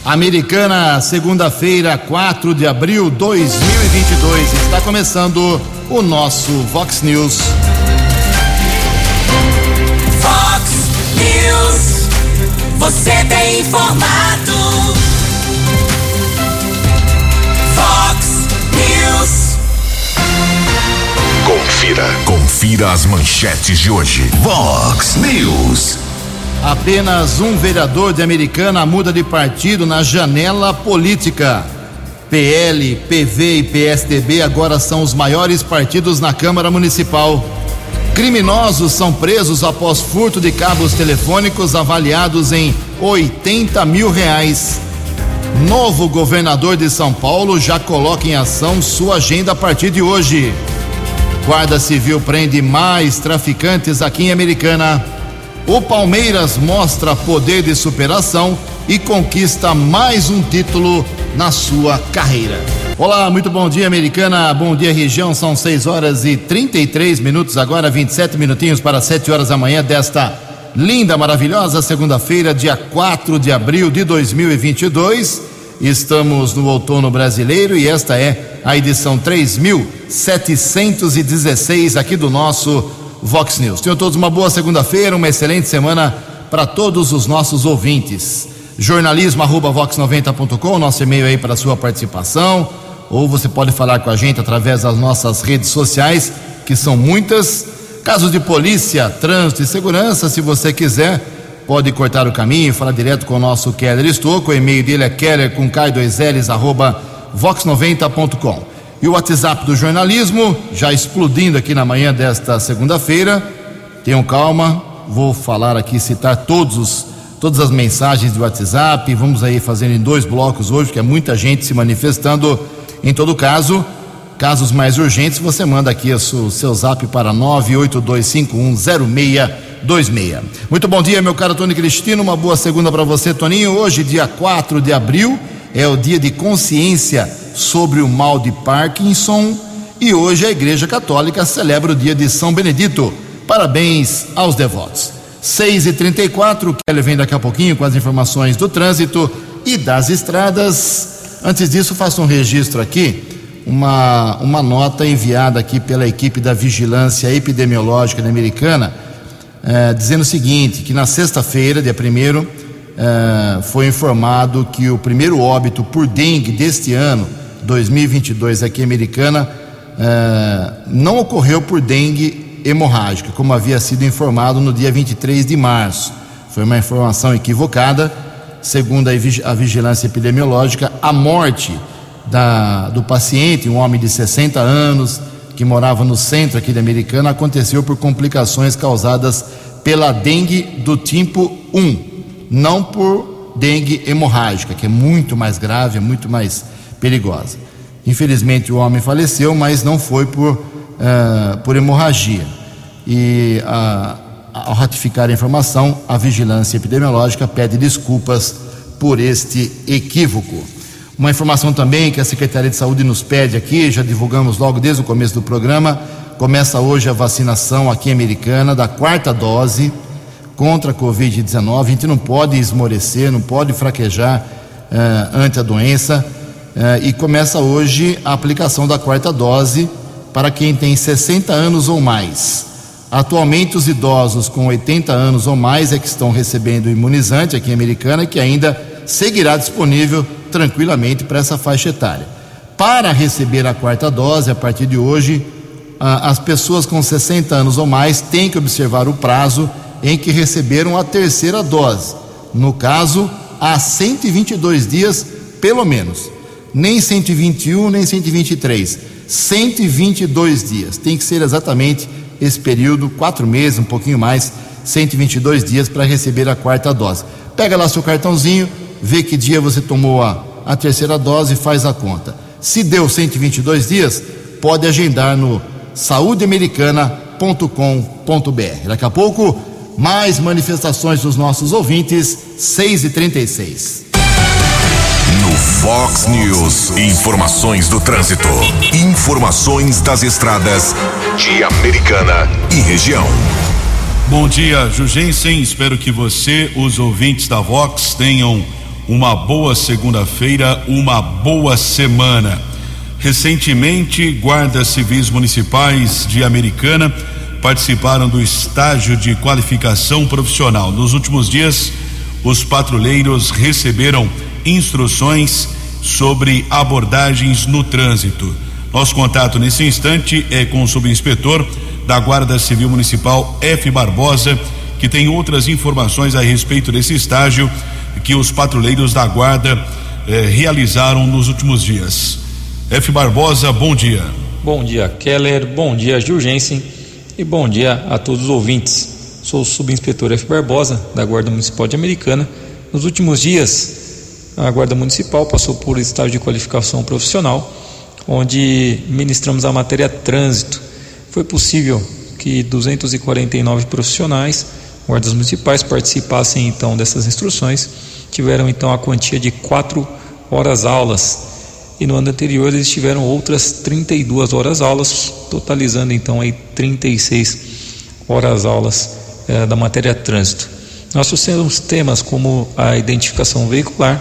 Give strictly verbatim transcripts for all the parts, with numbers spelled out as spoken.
Americana, segunda-feira, quatro de abril de dois mil e vinte e dois. Está começando o nosso Vox News. Vox News. Você tem informado. Vox News. Confira. Confira as manchetes de hoje. Vox News. Apenas um vereador de Americana muda de partido na janela política. P L, P V e P S D B agora são os maiores partidos na Câmara Municipal. Criminosos são presos após furto de cabos telefônicos avaliados em oitenta mil reais. Novo governador de São Paulo já coloca em ação sua agenda a partir de hoje. Guarda Civil prende mais traficantes aqui em Americana. O Palmeiras mostra poder de superação e conquista mais um título na sua carreira. Olá, muito bom dia, Americana. Bom dia, região. São seis horas e trinta e três minutos, agora vinte e sete minutinhos para sete horas da manhã desta linda, maravilhosa segunda-feira, dia quatro de abril de dois mil e vinte e dois. Estamos no outono brasileiro e esta é a edição três mil setecentos e dezesseis aqui do nosso Vox News. Tenham todos uma boa segunda-feira, uma excelente semana para todos os nossos ouvintes. jornalismo arroba vox noventa ponto com, nosso e-mail aí para a sua participação, ou você pode falar com a gente através das nossas redes sociais, que são muitas. Casos de polícia, trânsito e segurança, se você quiser, pode cortar o caminho e falar direto com o nosso Keller Estouco. O e-mail dele é keller com k dois l's arroba vox noventa ponto com. E o WhatsApp do jornalismo, já explodindo aqui na manhã desta segunda-feira. Tenham calma, vou falar aqui, citar todos os, todas as mensagens do WhatsApp. Vamos aí fazendo em dois blocos hoje, porque é muita gente se manifestando. Em todo caso, casos mais urgentes, você manda aqui o seu, seu zap para nove oito dois cinco um zero seis dois seis. Muito bom dia, meu caro Tony Cristino, uma boa segunda para você, Toninho. Hoje, dia quatro de abril, é o dia de consciência sobre o mal de Parkinson e hoje a Igreja Católica celebra o dia de São Benedito. Parabéns aos devotos. seis e trinta e quatro, o Kelly vem daqui a pouquinho com as informações do trânsito e das estradas. Antes disso, faço um registro aqui, uma, uma nota enviada aqui pela equipe da Vigilância Epidemiológica da Americana, eh, dizendo o seguinte, que na sexta-feira, dia primeiro, eh, foi informado que o primeiro óbito por dengue deste ano, dois mil e vinte e dois, aqui em Americana, eh, não ocorreu por dengue hemorrágica, como havia sido informado no dia vinte e três de março. Foi uma informação equivocada. Segundo a Vigilância Epidemiológica, a morte da, do paciente, um homem de sessenta anos, que morava no centro aqui da Americana, aconteceu por complicações causadas pela dengue do tipo um, não por dengue hemorrágica, que é muito mais grave, é muito mais perigosa. Infelizmente o homem faleceu, mas não foi por, uh, por hemorragia. E uh, ao ratificar a informação, a Vigilância Epidemiológica pede desculpas por este equívoco. Uma informação também que a Secretaria de Saúde nos pede aqui, já divulgamos logo desde o começo do programa, começa hoje a vacinação aqui em Americana da quarta dose contra a covid dezenove. A gente não pode esmorecer, não pode fraquejar uh, ante a doença. Uh, e começa hoje a aplicação da quarta dose para quem tem sessenta anos ou mais. Atualmente os idosos com oitenta anos ou mais é que estão recebendo o imunizante aqui em Americana, que ainda seguirá disponível tranquilamente para essa faixa etária. Para receber a quarta dose, a partir de hoje, uh, as pessoas com sessenta anos ou mais têm que observar o prazo em que receberam a terceira dose. No caso, há cento e vinte e dois dias, pelo menos. Nem cento e vinte e um, nem cento e vinte e três. cento e vinte e dois dias. Tem que ser exatamente esse período, quatro meses, um pouquinho mais, cento e vinte e dois dias para receber a quarta dose. Pega lá seu cartãozinho, vê que dia você tomou a, a terceira dose e faz a conta. Se deu cento e vinte e dois dias, pode agendar no saúde americana ponto com ponto b r. Daqui a pouco, mais manifestações dos nossos ouvintes, seis e trinta e seis. No Vox News, informações do trânsito, informações das estradas de Americana e região. Bom dia, Jugensen. Espero que você, os ouvintes da Vox, tenham uma boa segunda-feira, uma boa semana. Recentemente, guardas civis municipais de Americana participaram do estágio de qualificação profissional. Nos últimos dias, os patrulheiros receberam instruções sobre abordagens no trânsito. Nosso contato nesse instante é com o subinspetor da Guarda Civil Municipal, F. Barbosa, que tem outras informações a respeito desse estágio que os patrulheiros da Guarda eh, realizaram nos últimos dias. F. Barbosa, bom dia. Bom dia, Keller, bom dia, Jurgensen, e bom dia a todos os ouvintes. Sou o subinspetor F. Barbosa, da Guarda Municipal de Americana. Nos últimos dias, a Guarda Municipal passou por estágio de qualificação profissional, onde ministramos a matéria trânsito. Foi possível que duzentos e quarenta e nove profissionais, guardas municipais, participassem então dessas instruções. Tiveram então a quantia de quatro horas aulas, e no ano anterior eles tiveram outras trinta e duas horas aulas, totalizando então aí trinta e seis horas aulas eh, da matéria trânsito. Nós trouxemos temas como a identificação veicular,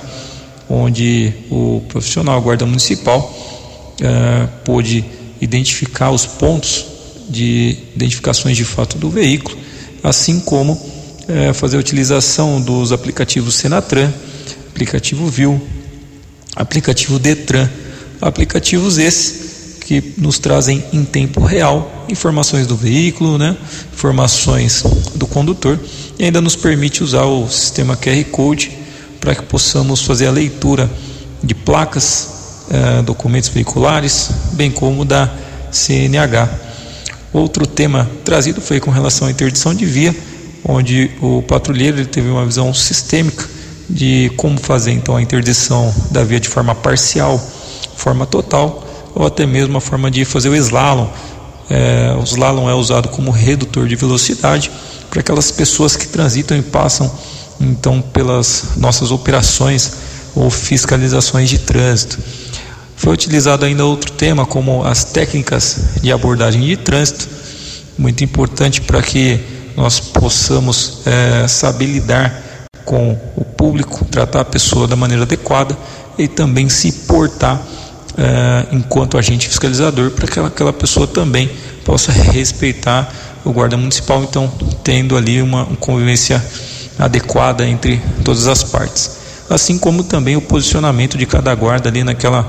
onde o profissional guarda municipal eh, pôde identificar os pontos de identificações de fato do veículo, assim como eh, fazer a utilização dos aplicativos Senatran, aplicativo Viu, aplicativo Detran, aplicativos esses que nos trazem em tempo real informações do veículo, né, informações do condutor, e ainda nos permite usar o sistema Q R Code para que possamos fazer a leitura de placas, eh, documentos veiculares, bem como da C N H. Outro tema trazido foi com relação à interdição de via, onde o patrulheiro ele teve uma visão sistêmica de como fazer então a interdição da via de forma parcial, forma total, ou até mesmo a forma de fazer o slalom. É, o slalom é usado como redutor de velocidade para aquelas pessoas que transitam e passam então pelas nossas operações ou fiscalizações de trânsito. Foi utilizado ainda outro tema como as técnicas de abordagem de trânsito, muito importante para que nós possamos é, saber lidar com o público, tratar a pessoa da maneira adequada e também se portar eh, enquanto agente fiscalizador para que aquela pessoa também possa respeitar o guarda municipal, então tendo ali uma, uma convivência adequada entre todas as partes, assim como também o posicionamento de cada guarda ali naquela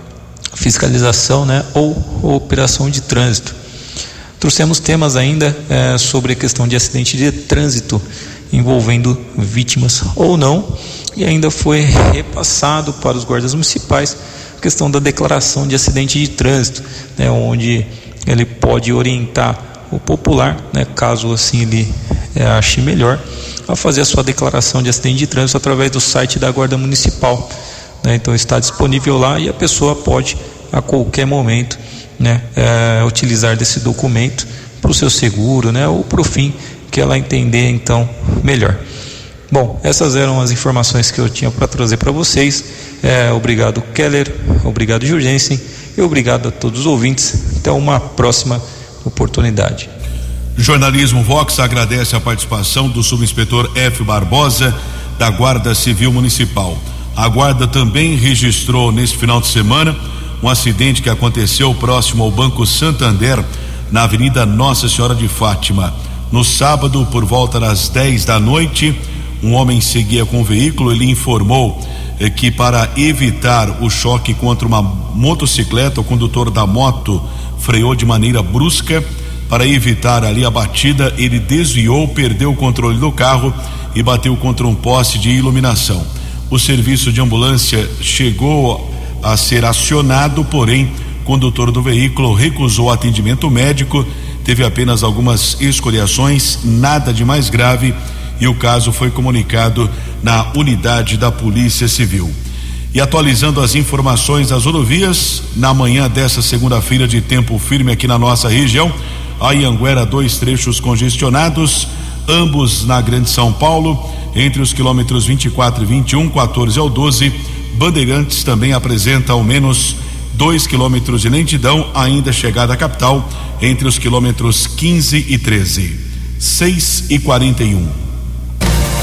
fiscalização, né, ou, ou operação de trânsito. Trouxemos temas ainda eh, sobre a questão de acidente de trânsito envolvendo vítimas ou não, e ainda foi repassado para os guardas municipais a questão da declaração de acidente de trânsito, né, onde ele pode orientar o popular, né, caso assim ele é, ache melhor, a fazer a sua declaração de acidente de trânsito através do site da Guarda Municipal, né, então está disponível lá e a pessoa pode a qualquer momento, né, é, utilizar desse documento para o seu seguro, né, ou para o fim que ela entender então melhor. Bom, essas eram as informações que eu tinha para trazer para vocês. É, obrigado, Keller, obrigado, Jurgensen, e obrigado a todos os ouvintes. Até uma próxima oportunidade. Jornalismo Vox agradece a participação do subinspetor F. Barbosa, da Guarda Civil Municipal. A Guarda também registrou neste final de semana um acidente que aconteceu próximo ao Banco Santander, na Avenida Nossa Senhora de Fátima. No sábado, por volta das dez da noite, um homem seguia com o veículo. Ele informou eh, que para evitar o choque contra uma motocicleta, o condutor da moto freou de maneira brusca. Para evitar ali a batida, ele desviou, perdeu o controle do carro e bateu contra um poste de iluminação. O serviço de ambulância chegou a ser acionado, porém, o condutor do veículo recusou atendimento médico. Teve apenas algumas escoriações, nada de mais grave, e o caso foi comunicado na unidade da Polícia Civil. E atualizando as informações das rodovias, na manhã dessa segunda-feira de tempo firme aqui na nossa região, a Anhanguera, dois trechos congestionados, ambos na Grande São Paulo, entre os quilômetros vinte e quatro e vinte e um, quatorze ao doze. Bandeirantes também apresenta ao menos dois quilômetros de lentidão, ainda chegada à capital, entre os quilômetros quinze e treze. seis e quarenta e um.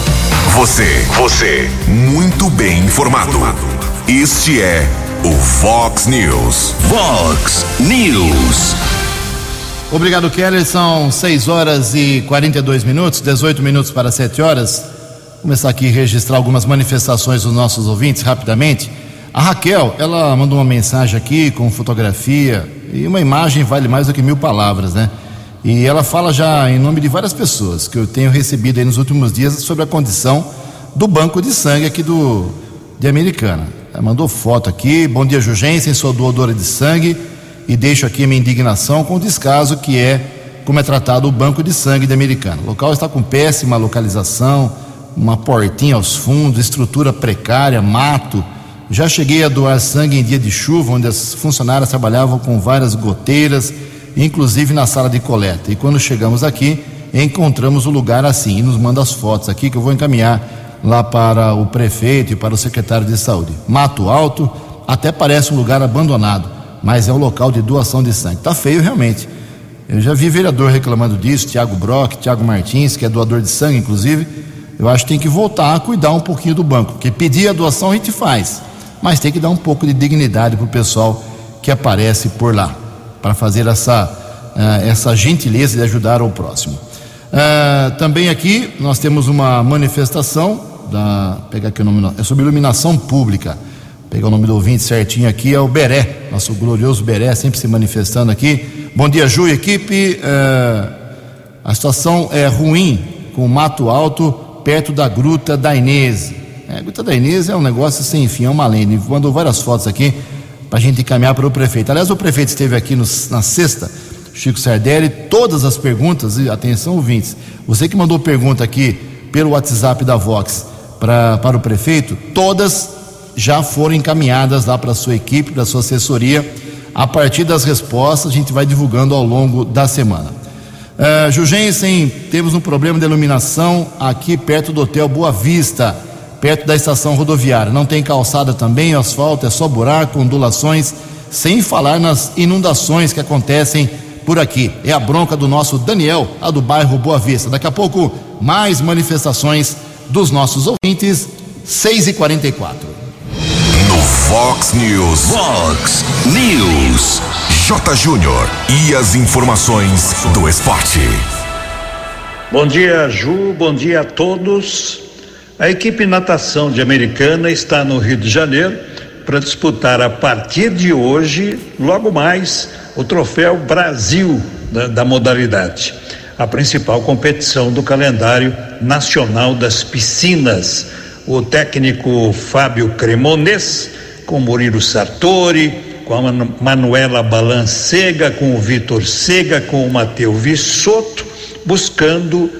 Você, você, muito bem informado. Este é o Vox News. Vox News. Obrigado, Keller. São seis horas e quarenta e dois minutos, dezoito minutos para sete horas. Vou começar aqui a registrar algumas manifestações dos nossos ouvintes rapidamente. A Raquel, ela mandou uma mensagem aqui com fotografia, e uma imagem vale mais do que mil palavras, né? E ela fala já em nome de várias pessoas que eu tenho recebido aí nos últimos dias sobre a condição do banco de sangue aqui do, de Americana. Ela mandou foto aqui. Bom dia, Jugensen, sou doadora de sangue e deixo aqui a minha indignação com o descaso que é como é tratado o banco de sangue de Americana. O local está com péssima localização, uma portinha aos fundos, estrutura precária, mato. Já cheguei a doar sangue em dia de chuva, onde as funcionárias trabalhavam com várias goteiras, inclusive na sala de coleta. E quando chegamos aqui, encontramos o lugar assim, e nos manda as fotos aqui que eu vou encaminhar lá para o prefeito e para o secretário de saúde. Mato alto, até parece um lugar abandonado, mas é um local de doação de sangue. Tá feio realmente. Eu já vi vereador reclamando disso, Tiago Brock, Tiago Martins, que é doador de sangue inclusive. Eu acho que tem que voltar a cuidar um pouquinho do banco, porque pedir a doação a gente faz, mas tem que dar um pouco de dignidade para o pessoal que aparece por lá, para fazer essa, uh, essa gentileza de ajudar o próximo. Uh, também aqui nós temos uma manifestação da, pegar aqui o nome, é sobre iluminação pública. Pegar o nome do ouvinte certinho aqui, é o Beré, nosso glorioso Beré, sempre se manifestando aqui. Bom dia, Ju, equipe. Uh, a situação é ruim com o mato alto perto da Gruta da Inês. É, a Gruta da Inês é um negócio sem fim, é uma lenda. Ele mandou várias fotos aqui para a gente encaminhar para o prefeito. Aliás, o prefeito esteve aqui no, na sexta, Chico Sardelli, todas as perguntas, e atenção, ouvintes, você que mandou pergunta aqui pelo WhatsApp da Vox pra, para o prefeito, todas já foram encaminhadas lá para a sua equipe, para a sua assessoria. A partir das respostas, a gente vai divulgando ao longo da semana. Uh, Jugensen, temos um problema de iluminação aqui perto do Hotel Boa Vista, perto da estação rodoviária. Não tem calçada também, asfalto, é só buraco, ondulações, sem falar nas inundações que acontecem por aqui. É a bronca do nosso Daniel, a do bairro Boa Vista. Daqui a pouco, mais manifestações dos nossos ouvintes, seis e quarenta e quatro. No Vox News. Vox News. J. Júnior e as informações do esporte. Bom dia, Ju. Bom dia a todos. A equipe natação de Americana está no Rio de Janeiro para disputar a partir de hoje, logo mais, o Troféu Brasil da, da modalidade, a principal competição do calendário nacional das piscinas. O técnico Fábio Cremonês, com Murilo Sartori, com a Manuela Balancega, com o Vitor Sega, com o Matheus Vissotto, buscando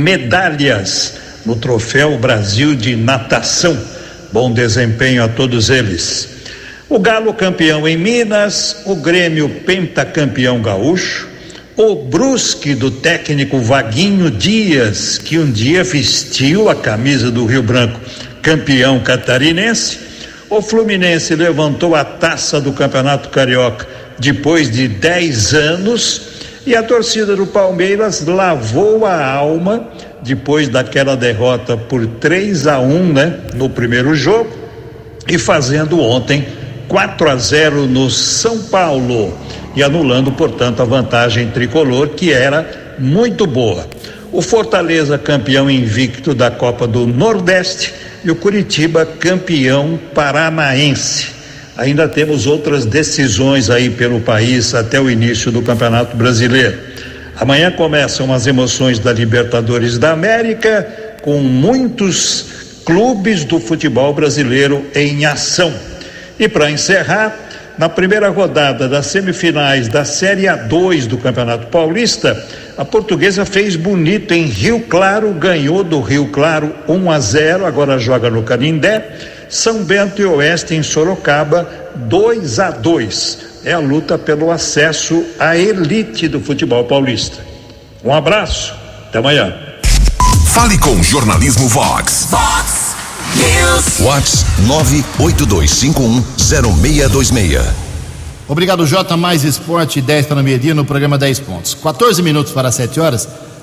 medalhas no Troféu Brasil de Natação. Bom desempenho a todos eles. O Galo campeão em Minas, o Grêmio pentacampeão gaúcho, o Brusque do técnico Vaguinho Dias, que um dia vestiu a camisa do Rio Branco, campeão catarinense. O Fluminense levantou a taça do Campeonato Carioca depois de dez anos e a torcida do Palmeiras lavou a alma depois daquela derrota por três a um, né, no primeiro jogo, e fazendo ontem quatro a zero no São Paulo e anulando, portanto, a vantagem tricolor, que era muito boa. O Fortaleza campeão invicto da Copa do Nordeste e o Curitiba campeão paranaense. Ainda temos outras decisões aí pelo país até o início do Campeonato Brasileiro. Amanhã começam as emoções da Libertadores da América, com muitos clubes do futebol brasileiro em ação. E para encerrar, na primeira rodada das semifinais da Série A dois do Campeonato Paulista, a Portuguesa fez bonito em Rio Claro, ganhou do Rio Claro um a zero, agora joga no Canindé. São Bento e Oeste em Sorocaba, dois a dois. É a luta pelo acesso à elite do futebol paulista. Um abraço, até amanhã. Fale com Jornalismo Vox. Vox News. Vox nove oito dois cinco um zero seis dois seis. Obrigado, Jota. Mais esporte, dez para o meio-dia no programa dez pontos. quatorze minutos para sete horas.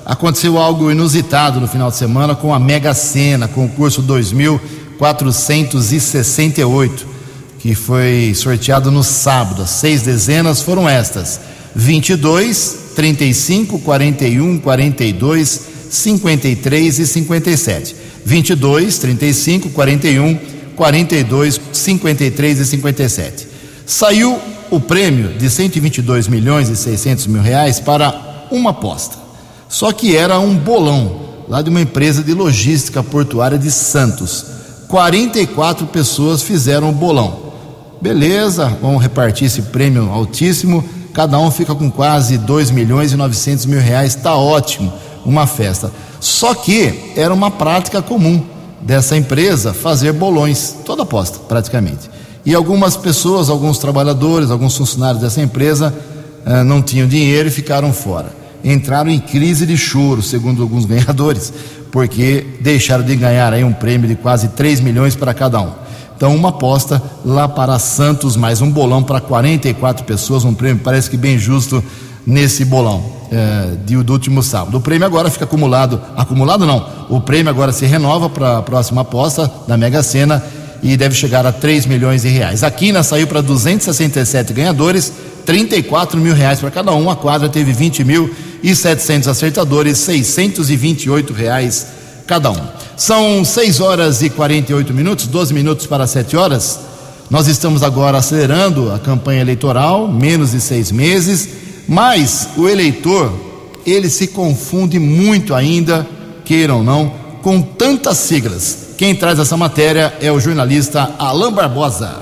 Aconteceu algo inusitado no final de semana com a Mega Sena, concurso dois mil quatrocentos e sessenta e oito, que foi sorteado no sábado. As seis dezenas foram estas: vinte e dois, trinta e cinco, quarenta e um, quarenta e dois, cinquenta e três e cinquenta e sete. vinte e dois, trinta e cinco, quarenta e um, quarenta e dois, cinquenta e três e cinquenta e sete. Saiu o prêmio de cento e vinte e dois milhões e seiscentos mil reais para uma aposta. Só que era um bolão lá de uma empresa de logística portuária de Santos. quarenta e quatro pessoas fizeram o bolão. Beleza, vamos repartir esse prêmio altíssimo. Cada um fica com quase dois milhões e novecentos mil reais. Tá ótimo, uma festa. Só que era uma prática comum dessa empresa fazer bolões, toda aposta praticamente. E algumas pessoas, alguns trabalhadores, alguns funcionários dessa empresa eh, não tinham dinheiro e ficaram fora. Entraram em crise de choro, segundo alguns ganhadores, porque deixaram de ganhar aí um prêmio de quase três milhões para cada um. Então, uma aposta lá para Santos, mais um bolão para quarenta e quatro pessoas, um prêmio parece que bem justo nesse bolão é, de, do último sábado. O prêmio agora fica acumulado, acumulado não, o prêmio agora se renova para a próxima aposta da Mega Sena e deve chegar a três milhões de reais. A quina saiu para duzentos e sessenta e sete ganhadores, trinta e quatro mil reais para cada um. A quadra teve vinte mil e setecentos acertadores, seiscentos e vinte e oito reais cada um. São seis horas e quarenta e oito minutos, doze minutos para sete horas. Nós estamos agora acelerando a campanha eleitoral, menos de seis meses, mas o eleitor, ele se confunde muito ainda, queira ou não, com tantas siglas. Quem traz essa matéria é o jornalista Alain Barbosa.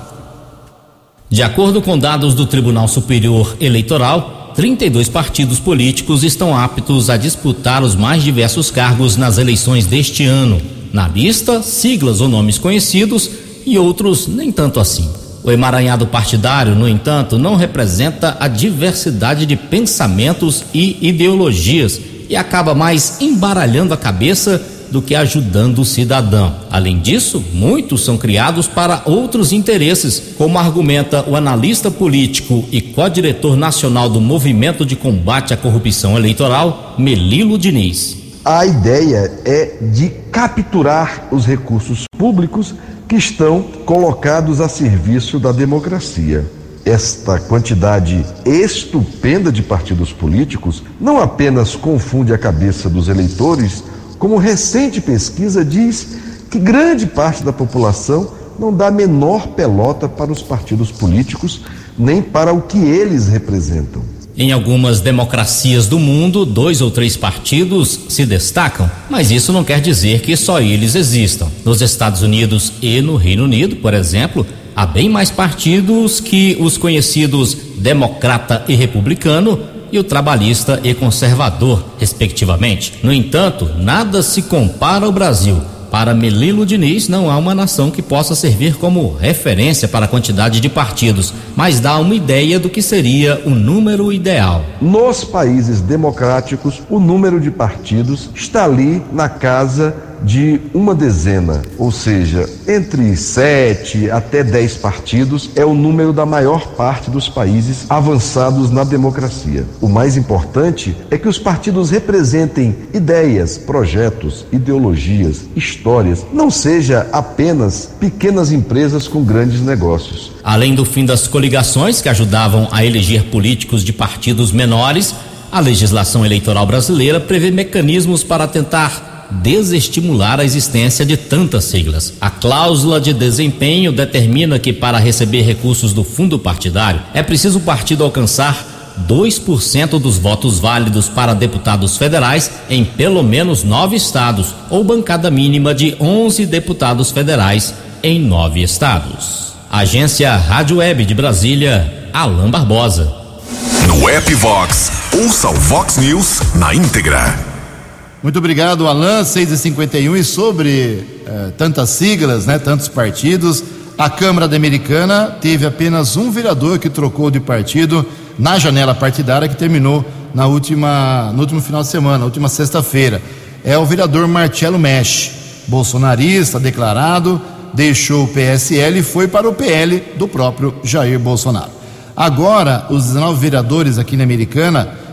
De acordo com dados do Tribunal Superior Eleitoral, trinta e dois partidos políticos estão aptos a disputar os mais diversos cargos nas eleições deste ano. Na lista, siglas ou nomes conhecidos e outros nem tanto assim. O emaranhado partidário, no entanto, não representa a diversidade de pensamentos e ideologias e acaba mais embaralhando a cabeça do que ajudando o cidadão. Além disso, muitos são criados para outros interesses, como argumenta o analista político e co-diretor nacional do Movimento de Combate à Corrupção Eleitoral, Melilo Diniz. A ideia é de capturar os recursos públicos que estão colocados a serviço da democracia. Esta quantidade estupenda de partidos políticos não apenas confunde a cabeça dos eleitores, como recente pesquisa diz que grande parte da população não dá a menor pelota para os partidos políticos, nem para o que eles representam. Em algumas democracias do mundo, dois ou três partidos se destacam, mas isso não quer dizer que só eles existam. Nos Estados Unidos e no Reino Unido, por exemplo, há bem mais partidos que os conhecidos democrata e republicano e o trabalhista e conservador, respectivamente. No entanto, nada se compara ao Brasil. Para Melilo Diniz, não há uma nação que possa servir como referência para a quantidade de partidos, mas dá uma ideia do que seria o número ideal. Nos países democráticos, o número de partidos está ali na casa de uma dezena, ou seja, entre sete até dez partidos é o número da maior parte dos países avançados na democracia. O mais importante é que os partidos representem ideias, projetos, ideologias, histórias, não seja apenas pequenas empresas com grandes negócios. Além do fim das coligações que ajudavam a eleger políticos de partidos menores, a legislação eleitoral brasileira prevê mecanismos para tentar desestimular a existência de tantas siglas. A cláusula de desempenho determina que para receber recursos do fundo partidário é preciso o partido alcançar dois por cento dos votos válidos para deputados federais em pelo menos nove estados ou bancada mínima de onze deputados federais em nove estados. Agência Rádio Web de Brasília, Alain Barbosa. No app Vox, ouça o Vox News na íntegra. Muito obrigado, Alain. seis e cinquenta e um. E sobre eh, tantas siglas, né, tantos partidos, a Câmara da Americana teve apenas um vereador que trocou de partido na janela partidária que terminou na última, no último final de semana, na última sexta-feira. É o vereador Marcelo Mesh, bolsonarista declarado, deixou o P S L e foi para o P L do próprio Jair Bolsonaro. Agora, os dezenove vereadores aqui na Americana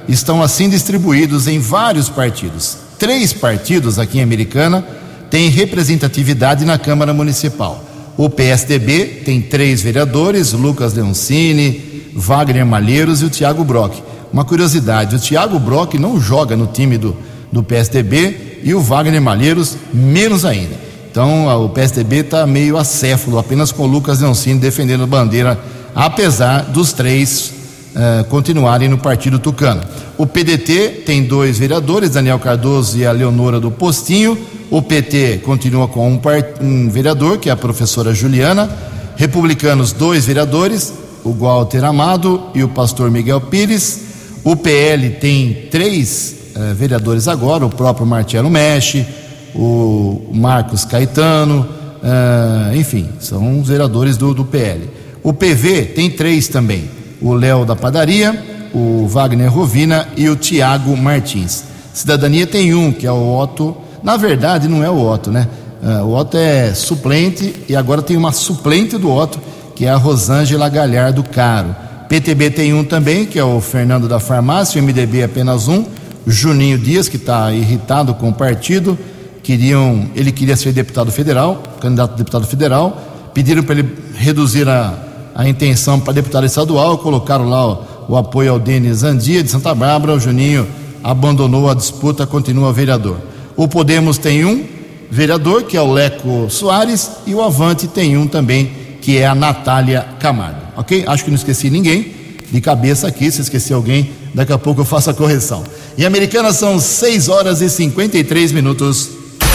estão assim distribuídos em vários partidos. Três partidos aqui em Americana têm representatividade na Câmara Municipal. O P S D B tem três vereadores, Lucas Leoncini, Wagner Malheiros e o Tiago Brock. Uma curiosidade, o Tiago Brock não joga no time do, do P S D B e o Wagner Malheiros menos ainda. Então o P S D B está meio acéfalo, apenas com o Lucas Leoncini defendendo a bandeira, apesar dos três uh, continuarem no partido tucano. O P D T tem dois vereadores, Daniel Cardoso e a Leonora do Postinho. O P T continua com um, part... um vereador, que é a professora Juliana. Republicanos, dois vereadores, o Walter Amado e o pastor Miguel Pires. O P L tem três uh, vereadores agora, o próprio Marcelo Mexe, o Marcos Caetano, uh, enfim, são os vereadores do, do P L. O P V tem três também, o Léo da Padaria, o Wagner Rovina e o Tiago Martins. Cidadania tem um, que é o Otto. Na verdade não é o Otto, né? Uh, o Otto é suplente e agora tem uma suplente do Otto, que é a Rosângela Galhardo Caro. P T B tem um também, que é o Fernando da Farmácia. O M D B apenas um, Juninho Dias, que está irritado com o partido. Queriam, ele queria ser deputado federal, candidato a deputado federal. Pediram para ele reduzir a, a intenção para deputado estadual. Colocaram lá o, o apoio ao Denis Andia de Santa Bárbara. O Juninho abandonou a disputa, continua vereador. O Podemos tem um vereador, que é o Leco Soares, e o Avante tem um também, que é a Natália Camargo. Ok? Acho que não esqueci ninguém de cabeça aqui. Se esqueci alguém, daqui a pouco eu faço a correção. Em Americana são seis horas e cinquenta e três minutos.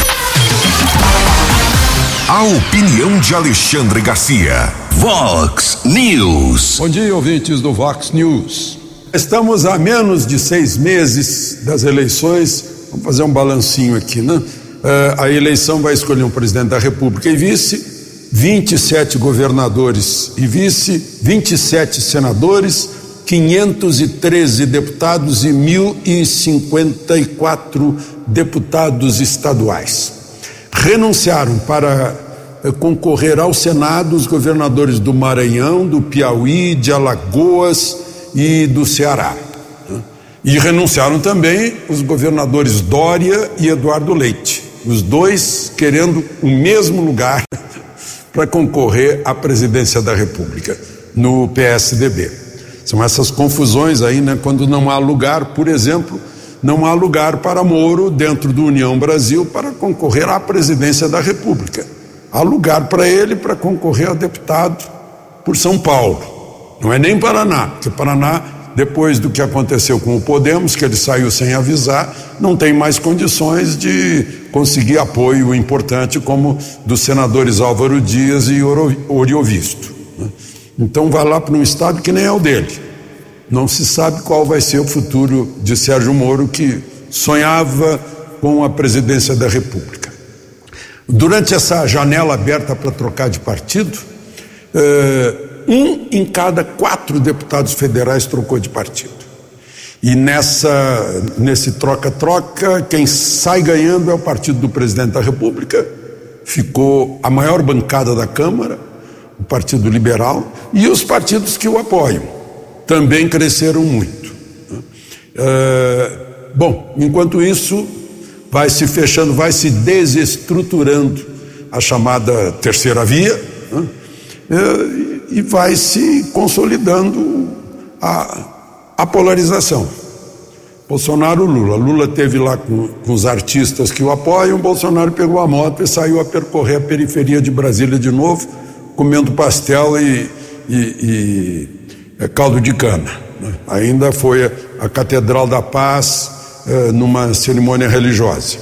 A opinião de Alexandre Garcia. Vox News. Bom dia, ouvintes do Vox News. Estamos a menos de seis meses das eleições. Vamos fazer um balancinho aqui, né? Uh, a eleição vai escolher um presidente da República e vice, vinte e sete governadores e vice, vinte e sete senadores, quinhentos e treze deputados e mil e cinquenta e quatro deputados estaduais. Renunciaram para uh, concorrer ao Senado os governadores do Maranhão, do Piauí, de Alagoas e do Ceará. E renunciaram também os governadores Dória e Eduardo Leite, os dois querendo o mesmo lugar para concorrer à presidência da República, no P S D B. São essas confusões aí, né? Quando não há lugar, por exemplo, não há lugar para Moro dentro do União Brasil para concorrer à presidência da República. Há lugar para ele para concorrer a deputado por São Paulo. Não é nem Paraná, porque Paraná, depois do que aconteceu com o Podemos, que ele saiu sem avisar, não tem mais condições de conseguir apoio importante como dos senadores Álvaro Dias e Oriovisto. Então vai lá para um estado que nem é o dele. Não se sabe qual vai ser o futuro de Sérgio Moro, que sonhava com a presidência da República. Durante essa janela aberta para trocar de partido, eh, um em cada quatro deputados federais trocou de partido. E nessa, nesse troca-troca, quem sai ganhando é o partido do presidente da República. Ficou a maior bancada da Câmara, o Partido Liberal, e os partidos que o apoiam também cresceram muito. É, bom, enquanto isso, vai se fechando, vai se desestruturando a chamada terceira via, né? É, e vai se consolidando a, a polarização. Bolsonaro, Lula. Lula teve lá com, com os artistas que o apoiam, Bolsonaro pegou a moto e saiu a percorrer a periferia de Brasília de novo, comendo pastel e, e, e é, caldo de cana. Né? Ainda foi a, a Catedral da Paz é, numa cerimônia religiosa.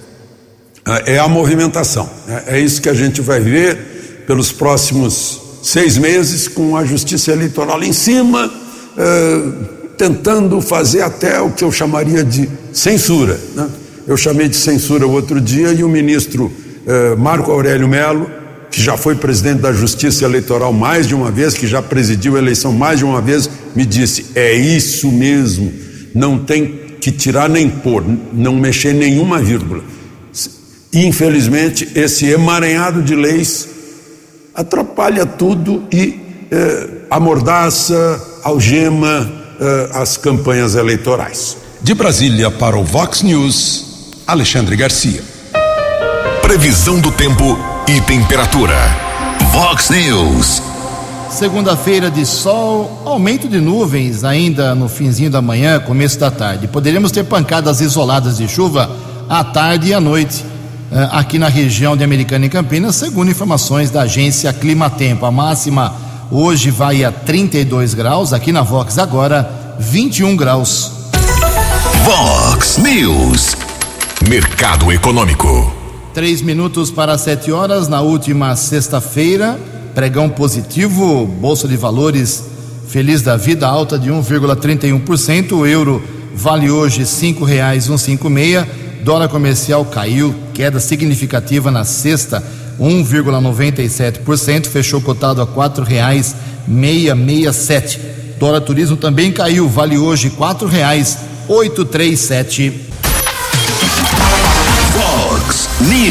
É a movimentação. É, é isso que a gente vai ver pelos próximos seis meses, com a justiça eleitoral em cima, eh, tentando fazer até o que eu chamaria de censura, né? Eu chamei de censura o outro dia e o ministro eh, Marco Aurélio Mello, que já foi presidente da Justiça Eleitoral mais de uma vez, que já presidiu a eleição mais de uma vez, me disse: é isso mesmo, não tem que tirar nem pôr, não mexer nenhuma vírgula. Infelizmente, esse emaranhado de leis atrapalha tudo e eh, amordaça, algema uh, as campanhas eleitorais. De Brasília para o Vox News, Alexandre Garcia. Previsão do tempo e temperatura. Vox News. Segunda-feira de sol, aumento de nuvens ainda no finzinho da manhã, começo da tarde. Poderemos ter pancadas isoladas de chuva à tarde e à noite aqui na região de Americana e Campinas, segundo informações da agência Climatempo. A máxima hoje vai a trinta e dois graus, aqui na Vox agora vinte e um graus. Vox News, mercado econômico. Três minutos para sete horas. Na última sexta-feira, pregão positivo, Bolsa de Valores feliz da vida, alta de um vírgula trinta e um por cento. O euro vale hoje cinco reais e cinquenta e seis. Dólar comercial caiu, queda significativa na sexta, um vírgula noventa e sete por cento, fechou cotado a quatro reais seiscentos e sessenta e sete. Dólar turismo também caiu, vale hoje quatro reais oitocentos e trinta e sete. Vox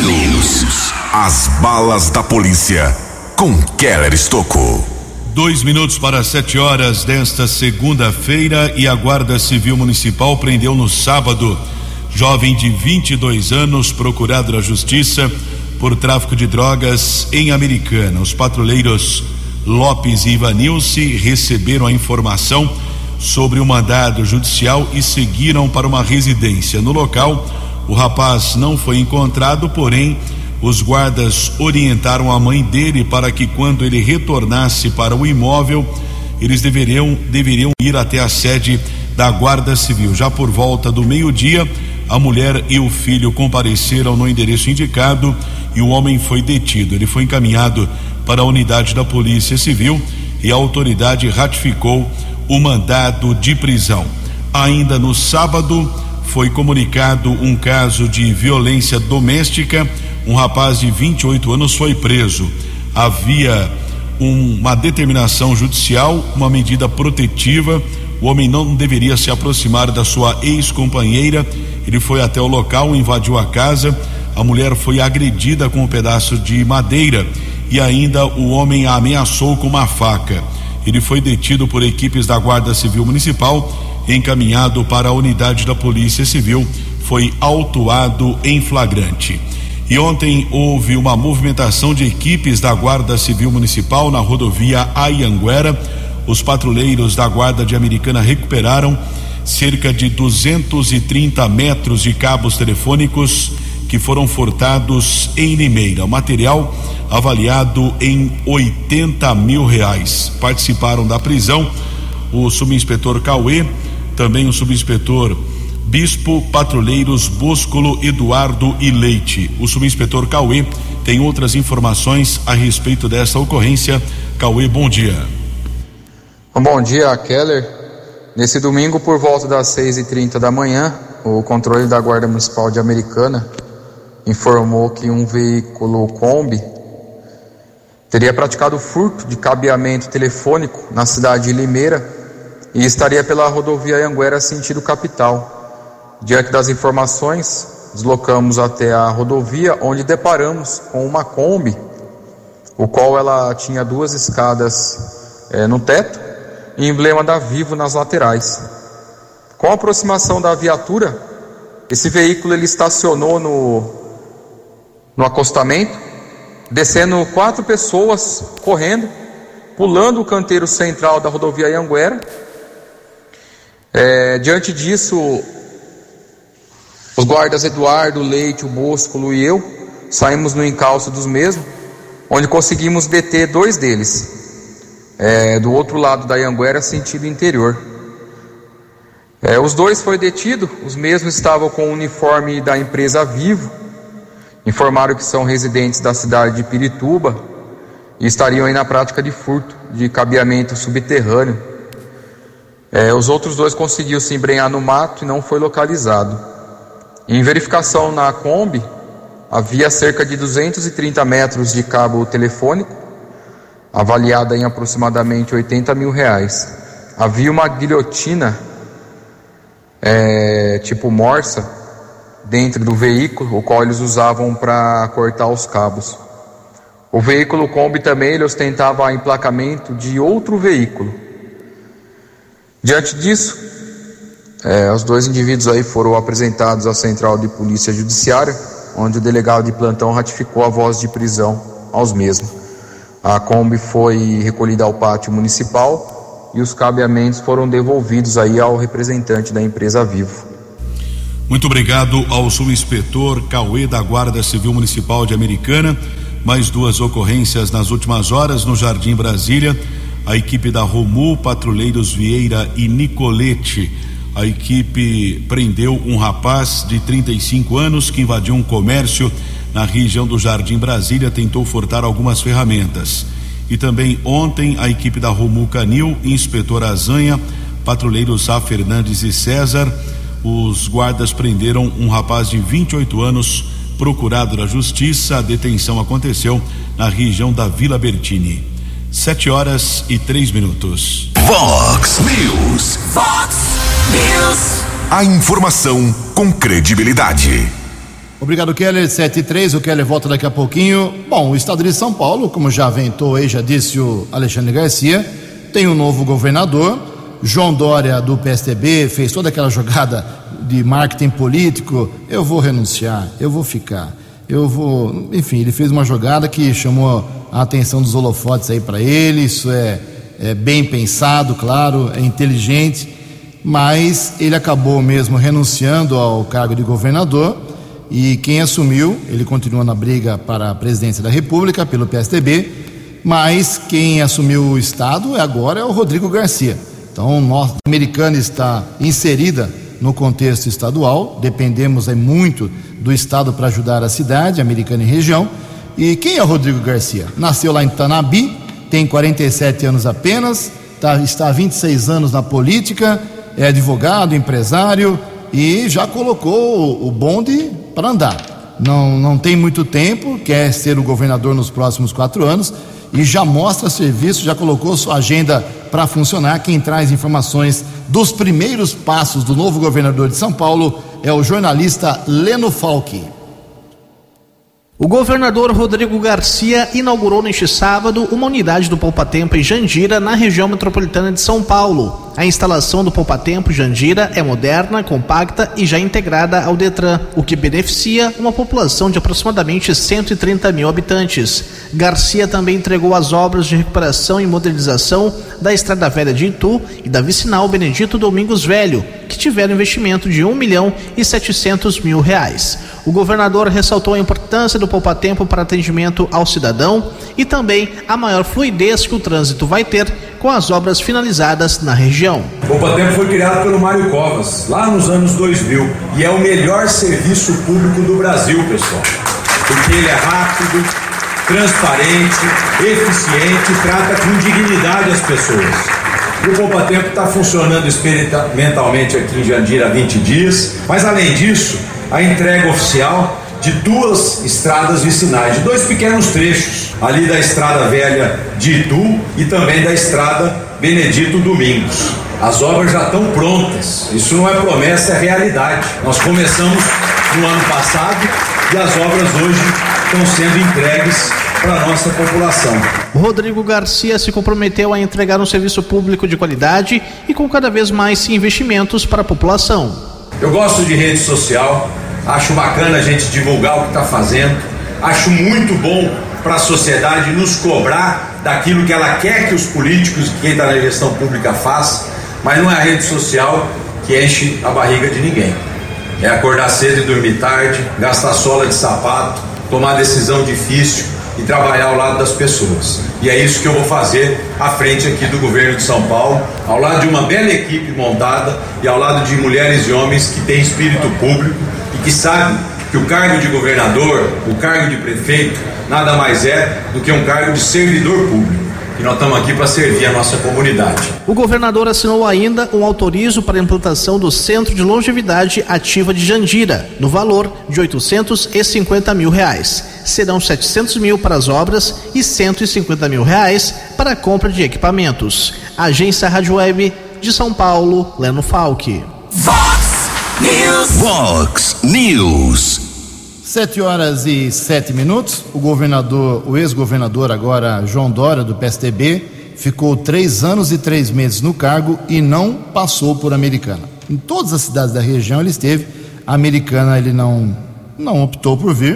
News. As balas da polícia com Keller Estocco. Dois minutos para sete horas desta segunda-feira e a Guarda Civil Municipal prendeu no sábado jovem de vinte e dois anos, procurado da Justiça por tráfico de drogas em Americana. Os patrulheiros Lopes e Ivanilce receberam a informação sobre o mandado judicial e seguiram para uma residência. No local, o rapaz não foi encontrado, porém, os guardas orientaram a mãe dele para que, quando ele retornasse para o imóvel, eles deveriam, deveriam ir até a sede da Guarda Civil. Já por volta do meio-dia, a mulher e o filho compareceram no endereço indicado e o homem foi detido. Ele foi encaminhado para a unidade da Polícia Civil e a autoridade ratificou o mandado de prisão. Ainda no sábado, foi comunicado um caso de violência doméstica. Um rapaz de vinte e oito anos foi preso. Havia um, uma determinação judicial, uma medida protetiva. O homem não deveria se aproximar da sua ex-companheira. Ele foi até o local, invadiu a casa. A mulher foi agredida com um pedaço de madeira e ainda o homem a ameaçou com uma faca. Ele foi detido por equipes da Guarda Civil Municipal, encaminhado para a unidade da Polícia Civil, foi autuado em flagrante. E ontem houve uma movimentação de equipes da Guarda Civil Municipal na rodovia Anhanguera. Os patrulheiros da Guarda de Americana recuperaram cerca de duzentos e trinta metros de cabos telefônicos que foram furtados em Limeira. O material avaliado em oitenta mil reais. Participaram da prisão o subinspetor Cauê, também o subinspetor Bispo, patrulheiros Búsculo, Eduardo e Leite. O subinspetor Cauê tem outras informações a respeito dessa ocorrência. Cauê, bom dia. Bom dia, Keller. Nesse domingo, por volta das seis e trinta da manhã, o controle da Guarda Municipal de Americana informou que um veículo Kombi teria praticado furto de cabeamento telefônico na cidade de Limeira e estaria pela rodovia Anhanguera sentido capital. Diante das informações, deslocamos até a rodovia, onde deparamos com uma Kombi, o qual ela tinha duas escadas é, no teto e emblema da Vivo nas laterais. Com a aproximação da viatura, esse veículo ele estacionou no, no acostamento, descendo quatro pessoas correndo, pulando o canteiro central da rodovia Anhanguera. É, diante disso, os guardas Eduardo, Leite, o Búsculo e eu saímos no encalço dos mesmos, onde conseguimos deter dois deles, é, do outro lado da Anhanguera, sentido interior. É, os dois foram detidos, os mesmos estavam com o uniforme da empresa Vivo, informaram que são residentes da cidade de Pirituba e estariam aí na prática de furto de cabeamento subterrâneo. É, os outros dois conseguiram se embrenhar no mato e não foi localizado. Em verificação na Kombi, havia cerca de duzentos e trinta metros de cabo telefônico, avaliada em aproximadamente oitenta mil reais. Havia uma guilhotina, é, tipo morsa, dentro do veículo, o qual eles usavam para cortar os cabos. O veículo Kombi também ele ostentava emplacamento de outro veículo. Diante disso, é, os dois indivíduos aí foram apresentados à Central de Polícia Judiciária, onde o delegado de plantão ratificou a voz de prisão aos mesmos. A Kombi foi recolhida ao pátio municipal e os cabeamentos foram devolvidos aí ao representante da empresa Vivo. Muito obrigado ao subinspetor Cauê da Guarda Civil Municipal de Americana. Mais duas ocorrências nas últimas horas no Jardim Brasília. A equipe da Romu, patrulheiros Vieira e Nicolete. A equipe prendeu um rapaz de trinta e cinco anos que invadiu um comércio na região do Jardim Brasília, tentou furtar algumas ferramentas. E também ontem a equipe da Romu Canil, inspetor Azanha, patrulheiros Sá Fernandes e César, os guardas prenderam um rapaz de vinte e oito anos, procurado da justiça. A detenção aconteceu na região da Vila Bertini. Sete horas e três minutos. Vox News. Vox News. A informação com credibilidade. Obrigado, Keller. Sete e três, o Keller volta daqui a pouquinho. Bom, o estado de São Paulo, como já aventou aí, já disse o Alexandre Garcia, tem um novo governador. João Dória, do P S D B, fez toda aquela jogada de marketing político. Eu vou renunciar, eu vou ficar, eu vou... Enfim, ele fez uma jogada que chamou a atenção dos holofotes aí para ele. Isso é, é bem pensado, claro, é inteligente, mas ele acabou mesmo renunciando ao cargo de governador, e quem assumiu, ele continua na briga para a presidência da República pelo P S D B, mas quem assumiu o estado agora é o Rodrigo Garcia. Então, nossa Americana está inserida no contexto estadual, dependemos aí muito do estado para ajudar a cidade, Americana e região. E quem é o Rodrigo Garcia? Nasceu lá em Tanabi, tem quarenta e sete anos apenas, tá, está há vinte e seis anos na política, é advogado, empresário e já colocou o bonde para andar. Não, não tem muito tempo, quer ser o governador nos próximos quatro anos e já mostra serviço, já colocou sua agenda para funcionar. Quem traz informações dos primeiros passos do novo governador de São Paulo é o jornalista Leno Falck. O governador Rodrigo Garcia inaugurou neste sábado uma unidade do Poupatempo em Jandira, na região metropolitana de São Paulo. A instalação do Poupatempo Jandira é moderna, compacta e já integrada ao Detran, o que beneficia uma população de aproximadamente cento e trinta mil habitantes. Garcia também entregou as obras de recuperação e modernização da Estrada Velha de Itu e da Vicinal Benedito Domingos Velho, que tiveram investimento de um milhão e setecentos mil reais. O governador ressaltou a importância do Poupatempo para atendimento ao cidadão e também a maior fluidez que o trânsito vai ter com as obras finalizadas na região. O Poupatempo foi criado pelo Mário Covas, lá nos anos dois mil, e é o melhor serviço público do Brasil, pessoal, porque ele é rápido, transparente, eficiente e trata com dignidade as pessoas. E o Poupatempo está funcionando experimentalmente aqui em Jandira há vinte dias, mas além disso, a entrega oficial de duas estradas vicinais, de dois pequenos trechos, ali da Estrada Velha de Itu e também da Estrada Benedito Domingos. As obras já estão prontas, isso não é promessa, é realidade. Nós começamos no ano passado e as obras hoje estão sendo entregues para a nossa população. O Rodrigo Garcia se comprometeu a entregar um serviço público de qualidade e com cada vez mais investimentos para a população. Eu gosto de rede social, acho bacana a gente divulgar o que está fazendo, acho muito bom para a sociedade nos cobrar daquilo que ela quer que os políticos e quem está na gestão pública façam, mas não é a rede social que enche a barriga de ninguém. É acordar cedo e dormir tarde, gastar sola de sapato, tomar decisão difícil e trabalhar ao lado das pessoas. E é isso que eu vou fazer à frente aqui do governo de São Paulo, ao lado de uma bela equipe montada e ao lado de mulheres e homens que têm espírito público e que sabem que o cargo de governador, o cargo de prefeito, nada mais é do que um cargo de servidor público. E nós estamos aqui para servir a nossa comunidade. O governador assinou ainda um autorizo para a implantação do Centro de Longevidade Ativa de Jandira, no valor de oitocentos e cinquenta mil reais. Serão setecentos mil para as obras e cento e cinquenta mil reais para a compra de equipamentos. Agência Rádio Web de São Paulo, Leno Falck. Vox News. Vox News. Sete horas e sete minutos. O governador, o ex-governador agora João Dória, do P S D B, ficou três anos e três meses no cargo e não passou por Americana. Em todas as cidades da região ele esteve, a Americana ele não, não optou por vir,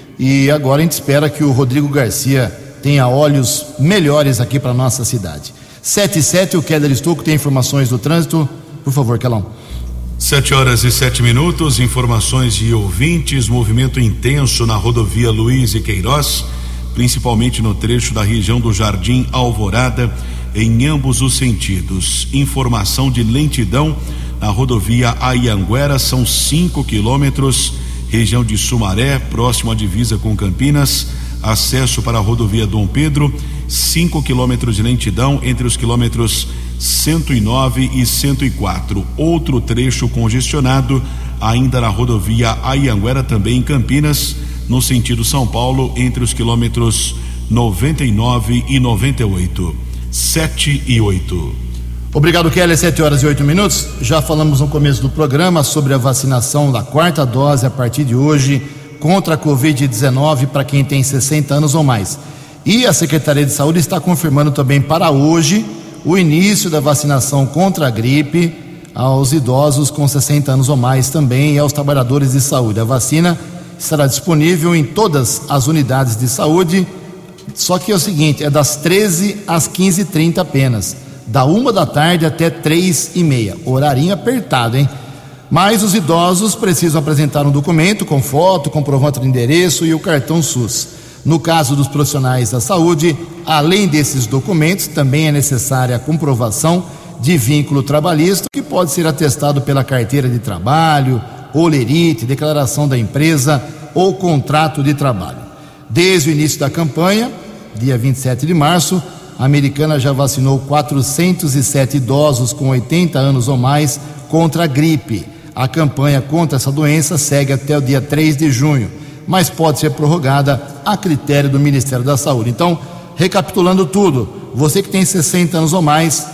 e agora a gente espera que o Rodrigo Garcia tenha olhos melhores aqui para nossa cidade. sete e sete, o Keller Estouco tem informações do trânsito. Por favor, Kelão. Sete horas e sete minutos, informações de ouvintes, movimento intenso na rodovia Luiz e Queiroz, principalmente no trecho da região do Jardim Alvorada, em ambos os sentidos. Informação de lentidão na rodovia Anhanguera, são cinco quilômetros, região de Sumaré, próximo à divisa com Campinas. Acesso para a rodovia Dom Pedro, cinco quilômetros de lentidão entre os quilômetros cento e nove e cento e quatro. Outro trecho congestionado ainda na rodovia Anhanguera, também em Campinas, no sentido São Paulo, entre os quilômetros noventa e nove e noventa e oito. Sete e oito. Obrigado, Kelly. Sete horas e oito minutos. Já falamos no começo do programa sobre a vacinação da quarta dose a partir de hoje contra a covid dezenove para quem tem sessenta anos ou mais. E a Secretaria de Saúde está confirmando também para hoje o início da vacinação contra a gripe aos idosos com sessenta anos ou mais também e aos trabalhadores de saúde. A vacina estará disponível em todas as unidades de saúde, só que é o seguinte, é das treze às quinze e trinta apenas, da uma da tarde até três e meia, horarinho apertado, hein? Mas os idosos precisam apresentar um documento com foto, comprovante de endereço e o cartão SUS. No caso dos profissionais da saúde, além desses documentos, também é necessária a comprovação de vínculo trabalhista, que pode ser atestado pela carteira de trabalho, holerite, declaração da empresa ou contrato de trabalho. Desde o início da campanha, dia vinte e sete de março, a Americana já vacinou quatrocentos e sete idosos com oitenta anos ou mais contra a gripe. A campanha contra essa doença segue até o dia três de junho, mas pode ser prorrogada a critério do Ministério da Saúde. Então, recapitulando tudo, você que tem sessenta anos ou mais,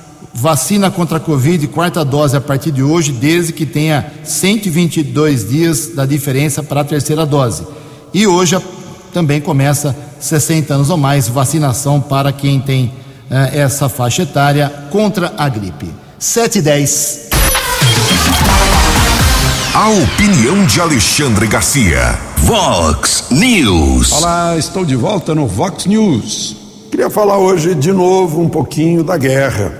vacina contra a Covid, quarta dose a partir de hoje, desde que tenha cento e vinte e dois dias da diferença para a terceira dose. E hoje também começa sessenta anos ou mais, vacinação para quem tem eh, essa faixa etária contra a gripe. sete e dez. A opinião de Alexandre Garcia. Vox News. Olá, estou de volta no Vox News. Queria falar hoje de novo um pouquinho da guerra.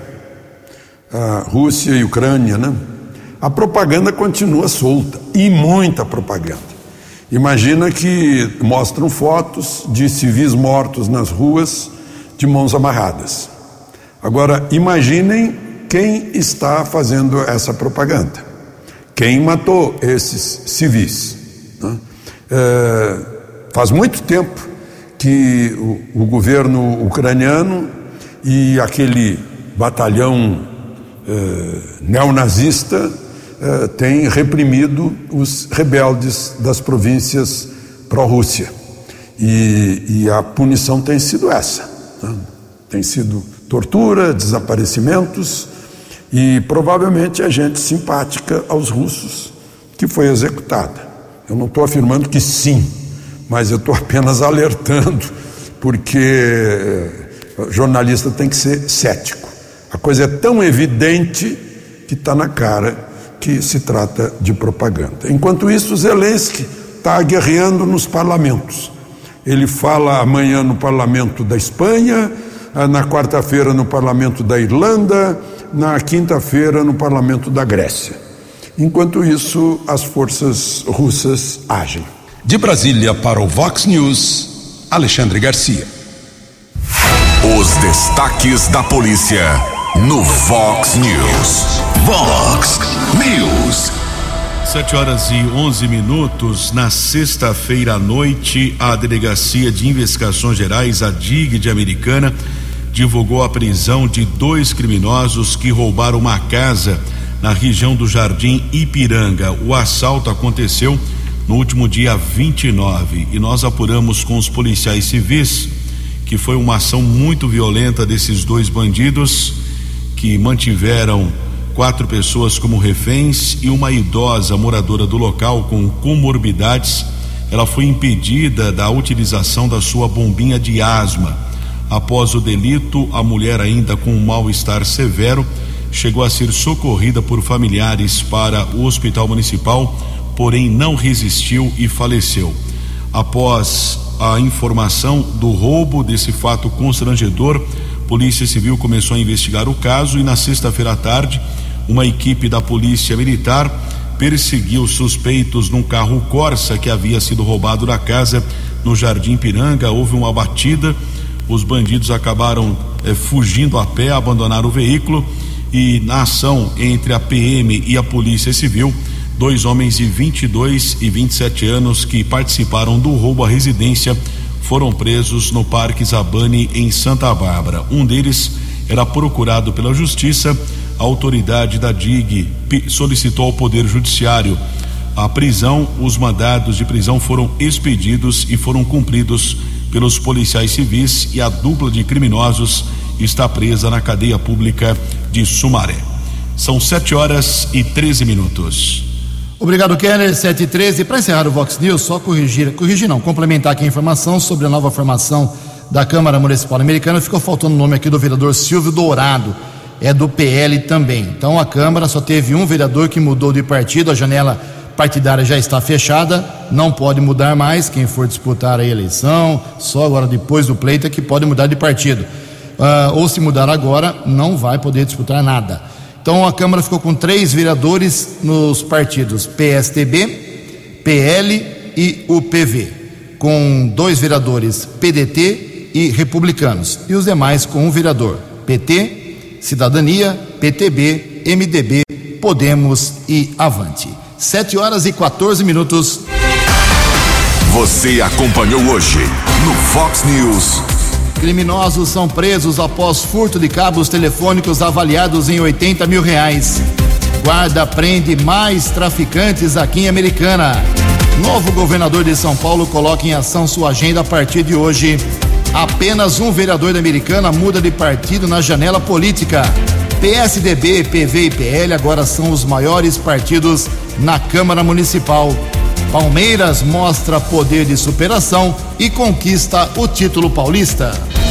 A Rússia e Ucrânia, né? A propaganda continua solta, e muita propaganda. Imagina que mostram fotos de civis mortos nas ruas de mãos amarradas. Agora, imaginem quem está fazendo essa propaganda. Quem matou esses civis, né? É, faz muito tempo que o, o governo ucraniano e aquele batalhão é, neonazista é, têm reprimido os rebeldes das províncias pró-Rússia. E, e a punição tem sido essa, né? Tem sido tortura, desaparecimentos e provavelmente a gente simpática aos russos que foi executada. Eu não estou afirmando que sim, mas eu estou apenas alertando, porque jornalista tem que ser cético. A coisa é tão evidente que está na cara que se trata de propaganda. Enquanto isso, Zelensky está guerreando nos parlamentos. Ele fala amanhã no parlamento da Espanha, na quarta-feira no parlamento da Irlanda, na quinta-feira no parlamento da Grécia. Enquanto isso, as forças russas agem. De Brasília para o Vox News, Alexandre Garcia. Os destaques da polícia no Vox News. Vox News. Sete horas e onze minutos. Na sexta-feira à noite, a Delegacia de Investigações Gerais, a D I G de Americana, divulgou a prisão de dois criminosos que roubaram uma casa na região do Jardim Ipiranga. O assalto aconteceu no último dia vinte e nove e nós apuramos com os policiais civis que foi uma ação muito violenta desses dois bandidos que mantiveram quatro pessoas como reféns e uma idosa moradora do local com comorbidades. Ela foi impedida da utilização da sua bombinha de asma. Após o delito, a mulher, ainda com um mal-estar severo, chegou a ser socorrida por familiares para o hospital municipal, porém não resistiu e faleceu. Após a informação do roubo, desse fato constrangedor, Polícia Civil começou a investigar o caso e na sexta-feira à tarde, uma equipe da Polícia Militar perseguiu suspeitos num carro Corsa que havia sido roubado da casa no Jardim Piranga. Houve uma batida, os bandidos acabaram eh, fugindo a pé, abandonaram o veículo e na ação entre a P M e a Polícia Civil, dois homens de vinte e dois e vinte e sete anos que participaram do roubo à residência foram presos no Parque Zabane, em Santa Bárbara. Um deles era procurado pela Justiça. A autoridade da D I G solicitou ao Poder Judiciário a prisão. Os mandados de prisão foram expedidos e foram cumpridos pelos policiais civis e a dupla de criminosos está presa na cadeia pública de Sumaré. São sete horas e treze minutos. Obrigado, Keller. sete e treze. Para encerrar o Vox News, só corrigir, corrigir não, complementar aqui a informação sobre a nova formação da Câmara Municipal Americana. Ficou faltando o nome aqui do vereador Silvio Dourado, é do P L também. Então a Câmara só teve um vereador que mudou de partido, a janela partidária já está fechada, não pode mudar mais. Quem for disputar a eleição, só agora depois do pleito é que pode mudar de partido. Uh, ou se mudar agora, não vai poder disputar nada. Então a Câmara ficou com três vereadores nos partidos P S D B, P L e U P V, com dois vereadores P D T e Republicanos, e os demais com um vereador P T, Cidadania, P T B, M D B, Podemos e Avante. sete horas e quatorze minutos. Você acompanhou hoje no Fox News. Criminosos são presos após furto de cabos telefônicos avaliados em oitenta mil reais. Guarda prende mais traficantes aqui em Americana. Novo governador de São Paulo coloca em ação sua agenda a partir de hoje. Apenas um vereador da Americana muda de partido na janela política. P S D B, P V e P L agora são os maiores partidos na Câmara Municipal. Palmeiras mostra poder de superação e conquista o título paulista.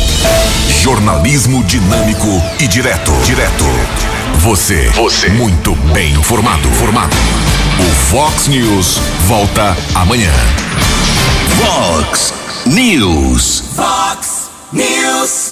Jornalismo dinâmico e direto. Direto. Você. Você. Muito bem informado. Formado. O Fox News volta amanhã. Fox News. Fox News.